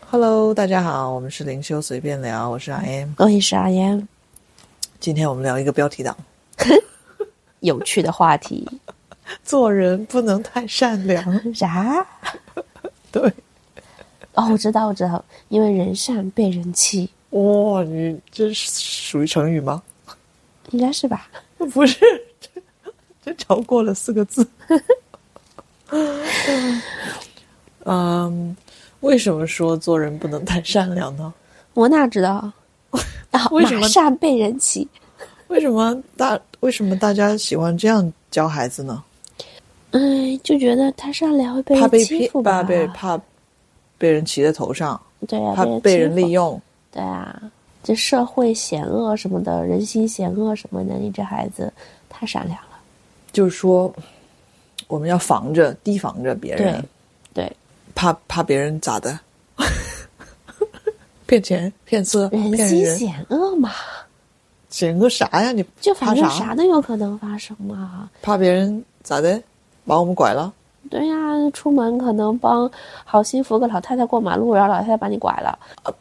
Hello，大家好，我们是灵修随便聊，我是阿 M， 我也是阿言。 今天我们聊一个标题党， 有趣的话题。 做人不能太善良。 啥？ 对， 哦，我知道，因为人善被人欺。 哇，你这属于成语吗？ 应该是吧？ 不是，这超过了4个字。为什么说做人不能太善良呢？ 我哪知道？ 为什么马善被人欺？ 为什么大家喜欢这样教孩子呢？ 就觉得他善良会被人欺负吧？ 怕被人骑在头上， 对啊， 怕被人利用。 对啊，这社会险恶什么的，人心险恶什么的，你这孩子太善良了。 就是说，我们要提防着别人。 对， 怕别人咋的？骗钱、骗色、骗人心险恶嘛。 险恶啥呀？你就反正啥都有可能发生嘛。 怕别人咋的？把我们拐了？ 对呀，出门可能帮好心扶个老太太过马路，然后老太太把你拐了。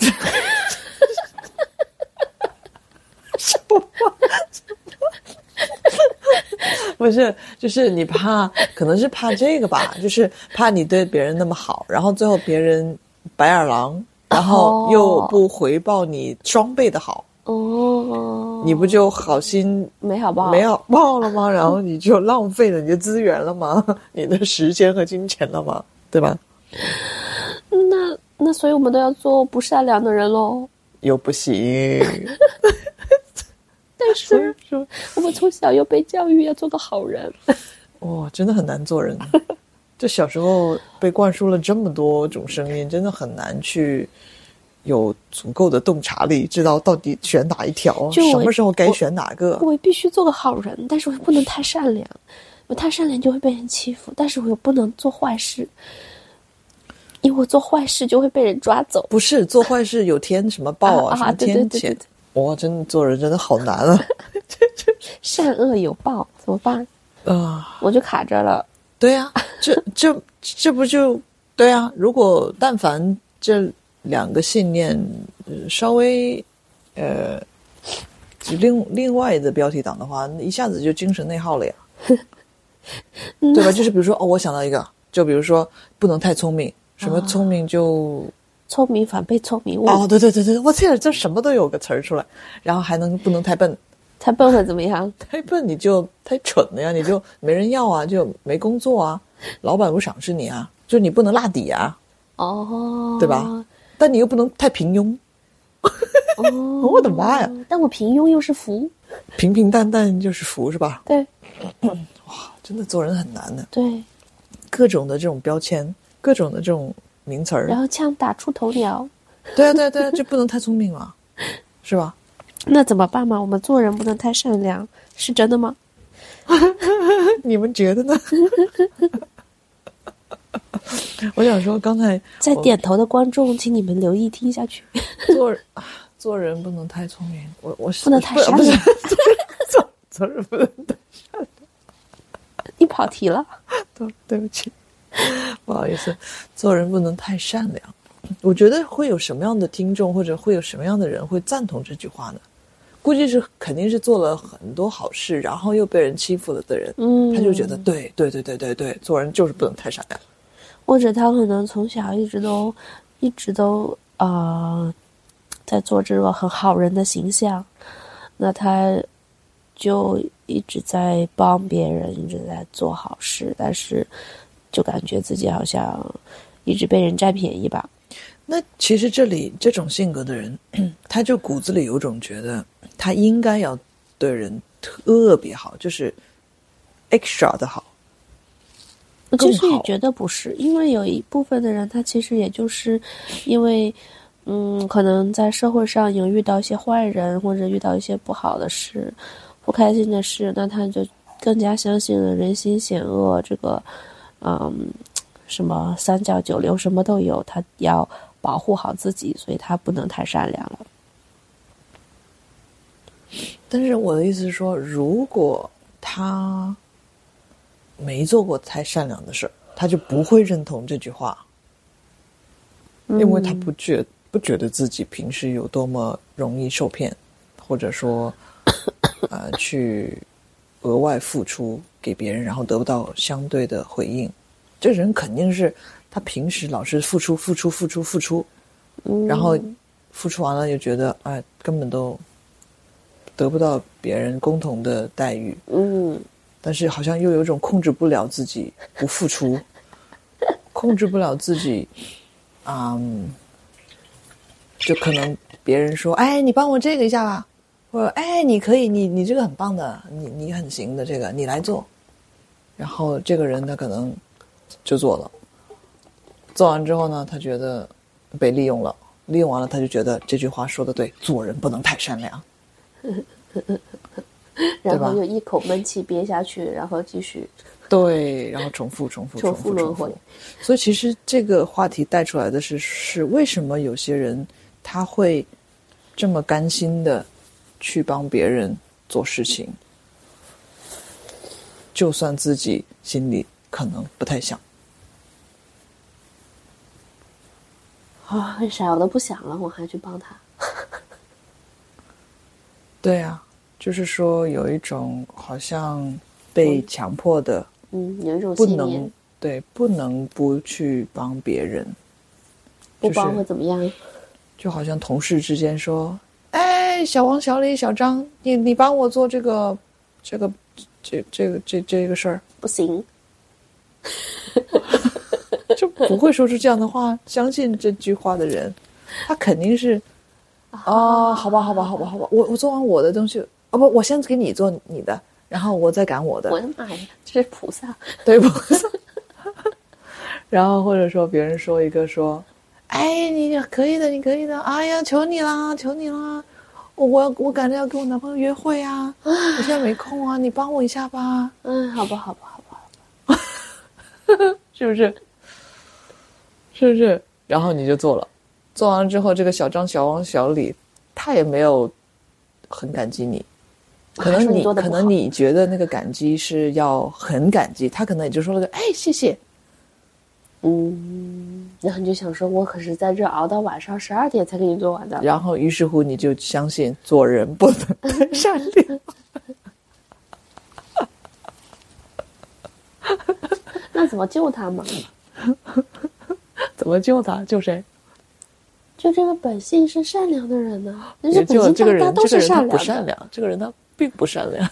不是，就是你可能是怕这个吧，就是怕你对别人那么好，然后最后别人白眼狼，然后又不回报你双倍的好。你不就好心没好报了吗？然后你就浪费了你的资源了吗？你的时间和金钱了吗？对吧？ 那所以我们都要做不善良的人咯。 又不行。 但是我们从小又被教育要做个好人。 哇，真的很难做人。就小时候被灌输了这么多种声音，真的很难去有足够的洞察力，知道到底选哪一条，什么时候该选哪个。 我必须做个好人，但是我不能太善良，我太善良就会被人欺负，但是我又不能做坏事，因为我做坏事就会被人抓走。 不是做坏事有天什么报什么天谴。哇，真的做人真的好难啊。 善恶有报怎么办我就卡着了。 对啊，这不就对啊？如果但凡这2个信念稍微另外的标题党的话，一下子就精神内耗了呀。对吧？就是比如说我想到一个，就比如说不能太聪明，什么聪明就聪明反被聪明误。 对，我天，这什么都有个词儿出来。然后不能太笨， 太笨会怎么样？ 太笨你就太蠢了呀，你就没人要啊，就没工作啊，老板不赏识你啊，就你不能落底啊。对吧？但你又不能太平庸。我的妈呀！ 但我平庸又是福， 平平淡淡就是福，是吧？ 对。 哇，真的做人很难的。 对， 各种的这种标签，各种的这种名词儿， 然后枪打出头鸟。 对啊，就不能太聪明了，是吧？ 那怎么办嘛？我们做人不能太善良，是真的吗？ 你们觉得呢？我想说，刚才在点头的观众，请你们留意听下去。 做人不能太聪明，我不能太善良。 做人不能太善良。 你跑题了。 对不起，不好意思，做人不能太善良。我觉得会有什么样的听众，或者会有什么样的人会赞同这句话呢？估计是肯定是做了很多好事，然后又被人欺负了的人，他就觉得对，做人就是不能太善良。 或者他可能从小一直都在做这个很好人的形象，那他就一直在帮别人，一直在做好事，但是就感觉自己好像一直被人占便宜吧。 那其实这种性格的人，他就骨子里有种觉得他应该要对人特别好，就是 extra 的好。 我其实也觉得不是，因为有一部分的人他其实也就是因为可能在社会上有遇到一些坏人，或者遇到一些不好的事，不开心的事，那他就更加相信了人心险恶，这个什么三教九流什么都有，他要保护好自己，所以他不能太善良了。 但是我的意思是说，如果他没做过太善良的事，他就不会认同这句话。 因为他不觉得自己平时有多么容易受骗，或者说去额外付出给别人，然后得不到相对的回应。这人肯定是他平时老是付出，然后付出完了又觉得根本都得不到别人共同的待遇。但是好像又有一种控制不了自己不付出，控制不了自己，就可能别人说，你帮我这个一下吧，或者你可以，你这个很棒的，你很行的，这个你来做。然后这个人他可能就做了，做完之后呢，他觉得被利用了，利用完了他就觉得这句话说的对，做人不能太善良。 然后又一口闷气憋下去，然后继续对，然后重复轮回。 所以其实这个话题带出来的是为什么有些人他会这么甘心的去帮别人做事情，就算自己心里可能不太想。 为啥我都不想了，我还去帮他？ 对啊，就是说有一种好像被强迫的， 有一种信念， 不能不去帮别人， 不帮会怎么样？ 就好像同事之间说，小王、小李、小张，你帮我做这个事儿， 不行， 就不会说出这样的话。相信这句话的人，他肯定是。好吧，我做完我的东西，不，我先给你做你的，然后我再赶我的。 我的妈呀，这是菩萨， 对菩萨。然后或者说别人说一个说，你可以的，你可以的，哎呀，求你啦，我赶着要跟我男朋友约会啊，我现在没空啊，你帮我一下吧。 好吧， 是不是？然后你就做了。做完之后，这个小张、小王、小李，他也没有很感激你。可能你觉得那个感激是要很感激，他可能也就说了个谢谢。 然后你就想说，我可是在这熬到晚上12点才给你做完的。 然后于是乎你就相信做人不能太善良。 那怎么救他嘛？ 怎么救他？救谁？ 就这个本性是善良的人呢？ 也就这个人， 都是善良的。 不善良，这个人他并不善良。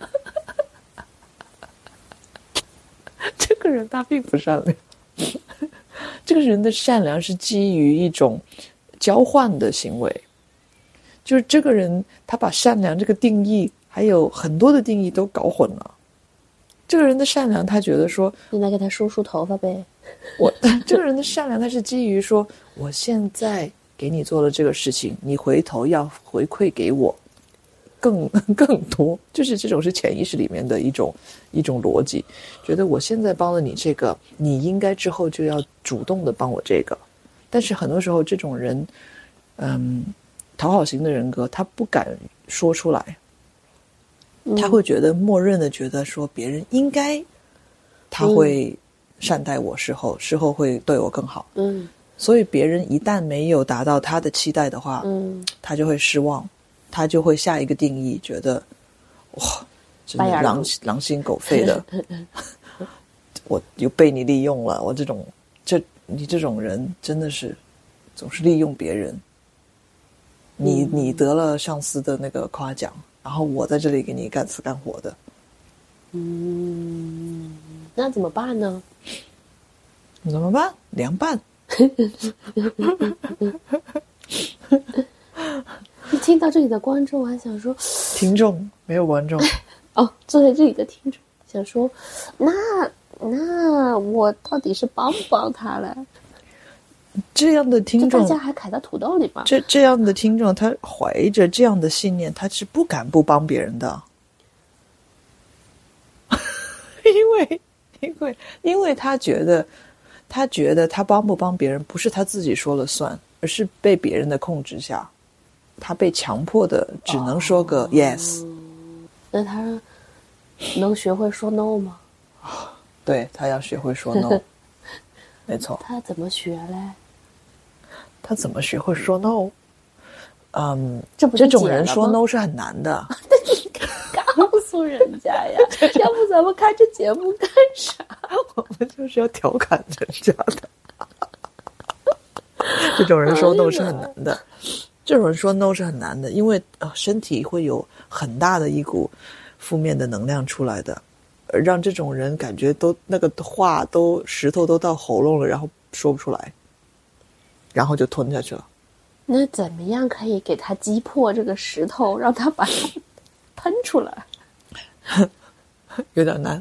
这个人他并不善良。这个人的善良是基于一种交换的行为，就是这个人他把善良这个定义还有很多的定义都搞混了。这个人的善良，他觉得说， 你来给他梳头发呗。 这个人的善良，他是基于说，我现在给你做了这个事情，你回头要回馈给我更多，就是这种是潜意识里面的一种逻辑，觉得我现在帮了你这个，你应该之后就要主动的帮我这个。但是很多时候这种人，讨好型的人格，他不敢说出来，他会觉得默认的觉得说别人应该，他会善待我，事后会对我更好。所以别人一旦没有达到他的期待的话，他就会失望，他就会下一个定义，觉得哇，真的狼心狗肺的，我又被你利用了。你这种人真的是总是利用别人。你得了上司的那个夸奖，然后我在这里给你干死干活的。 那怎么办呢？ 怎么办？凉拌。 一听到这里的观众还想说， 听众没有观众坐在这里的听众想说，那我到底是帮不帮他嘞？ 这样的听众， 大家还卡在土豆里吗？ 这样的听众，他怀着这样的信念，他是不敢不帮别人的，因为他觉得他帮不帮别人不是他自己说了算，而是被别人的控制下，他被强迫的只能说个 yes。 那他能学会说 no 吗？ 对，他要学会说 no。没错。 他怎么学嘞？ 他怎么学会说 no？ 这种人说 no 是很难的。 告诉人家呀，要不咱们开这节目干啥？ 我们就是要调侃人家的。这种人说 no 是很难的，这种人说 no 是很难的，因为身体会有很大的一股负面的能量出来的，让这种人感觉都那个话都石头都到喉咙了，然后说不出来，然后就吞下去了。 那怎么样可以给他击破这个石头，让他把它喷出来？ 有点难。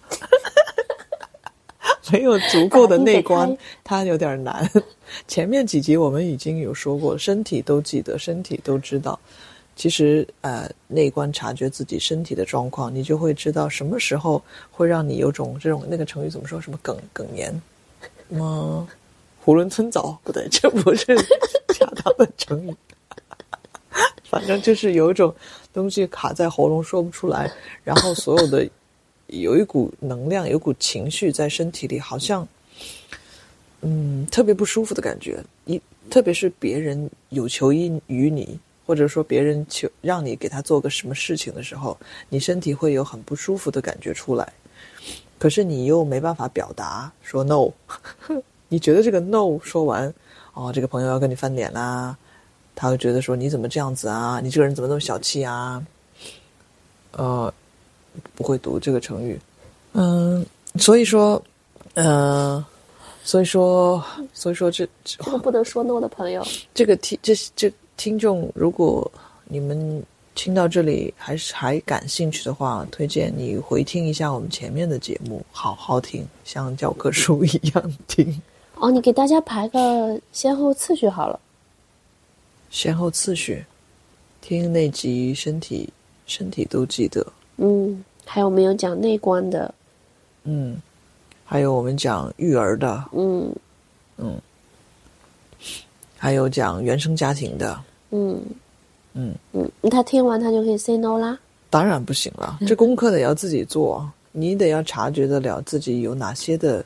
没有足够的内观，它有点难。前面几集我们已经有说过，身体都记得，身体都知道。其实内观察觉自己身体的状况，你就会知道什么时候会让你有种这种那个成语怎么说，什么哽咽囫囵吞枣，不对，这不是恰当的成语。反正就是有一种东西卡在喉咙说不出来，然后所有的有一股能量，有一股情绪在身体里，好像特别不舒服的感觉。特别是别人有求于你，或者说别人让你给他做个什么事情的时候，你身体会有很不舒服的感觉出来，可是你又没办法表达说 no。 你觉得这个 no 说完这个朋友要跟你翻脸啦，他会觉得说你怎么这样子啊，你这个人怎么那么小气啊。不会读这个成语。所以说这个不能说 no 的朋友， 这听众，如果你们听到这里还感兴趣的话，推荐你回听一下我们前面的节目，好好听，像教科书一样听。 你给大家排个先后次序好了。 先后次序，听那集身体都记得。 还有没有讲内观的？ 还有我们讲育儿的。还有讲原生家庭的。 他听完他就可以 say no 啦？ 当然不行了，这功课得要自己做，你得要察觉得了自己有哪些的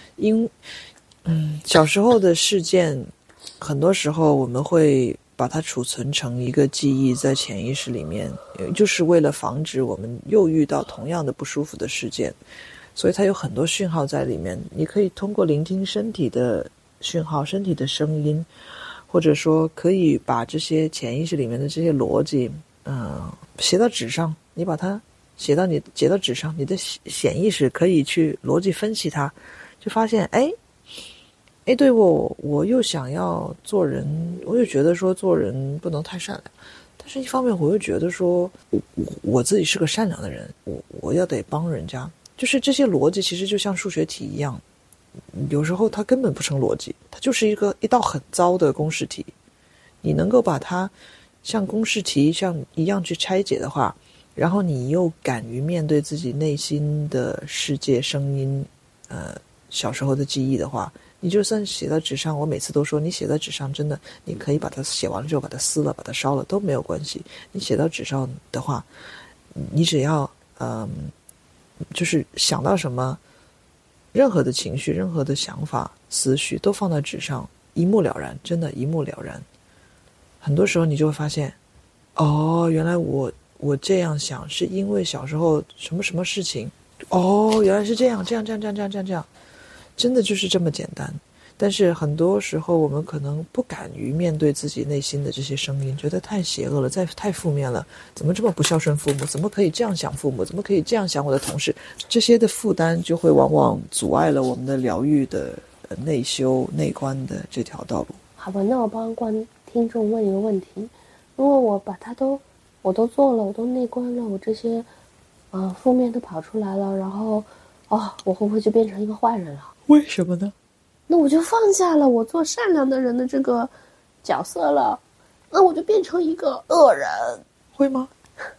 小时候的事件，很多时候我们会把它储存成一个记忆在潜意识里面，就是为了防止我们又遇到同样的不舒服的事件，所以它有很多讯号在里面。你可以通过聆听身体的讯号，身体的声音，或者说可以把这些潜意识里面的这些逻辑写到纸上，你把它写到纸上，你的潜意识可以去逻辑分析它，就发现对，我又想要做人，我又觉得说做人不能太善良，但是一方面我又觉得说我自己是个善良的人，我要得帮人家，就是这些逻辑其实就像数学题一样，有时候它根本不成逻辑，它就是一道很糟的公式题。你能够把它像公式题一样去拆解的话，然后你又敢于面对自己内心的世界声音，小时候的记忆的话，你就算写在纸上，我每次都说你写在纸上，真的你可以把它写完了之后把它撕了把它烧了都没有关系。你写到纸上的话，你只要就是想到什么，任何的情绪，任何的想法思绪都放在纸上，一目了然，真的一目了然。很多时候你就会发现，原来我这样想是因为小时候什么什么事情，原来是这样，真的就是这么简单。但是很多时候我们可能不敢于面对自己内心的这些声音，觉得太邪恶了，太负面了，怎么这么不孝顺父母，怎么可以这样想父母，怎么可以这样想我的同事，这些的负担就会往往阻碍了我们的疗愈的内修内观的这条道路。 好吧，那我帮听众问一个问题，如果我把它我都做了，我都内观了，我这些负面都跑出来了，然后我会不会就变成一个坏人了？ 为什么呢？ 那我就放下了我做善良的人的这个角色了，那我就变成一个恶人， 会吗？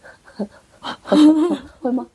会吗？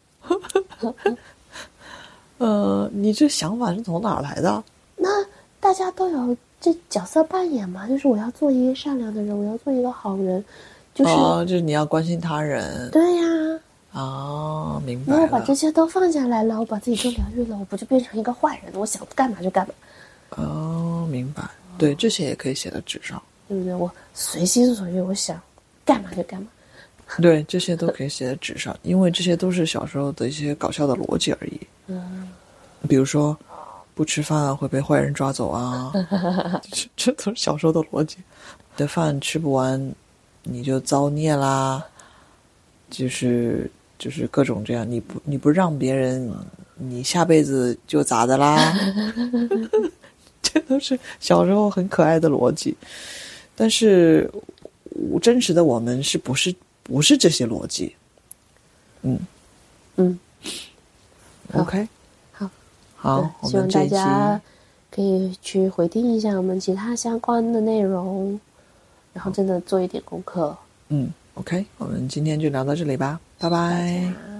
你这想法是从哪儿来的？ 那大家都有这角色扮演嘛，就是我要做一个善良的人，我要做一个好人， 就是你要关心他人。 对呀。 明白了。 那我把这些都放下来了，我把自己都疗愈了，我不就变成一个坏人了？我想干嘛就干嘛。 明白。 对，这些也可以写在纸上， 对不对？我随心所欲，我想干嘛就干嘛。 对，这些都可以写在纸上，因为这些都是小时候的一些搞笑的逻辑而已。比如说不吃饭会被坏人抓走啊，这都是小时候的逻辑。你的饭吃不完你就造孽啦，就是各种这样，你不让别人，你下辈子就咋的啦。这都是小时候很可爱的逻辑，但是真实的我们是不是这些逻辑。OK， 好， 希望大家可以去回听一下我们其他相关的内容，然后真的做一点功课。 OK， 我们今天就聊到这里吧，拜拜。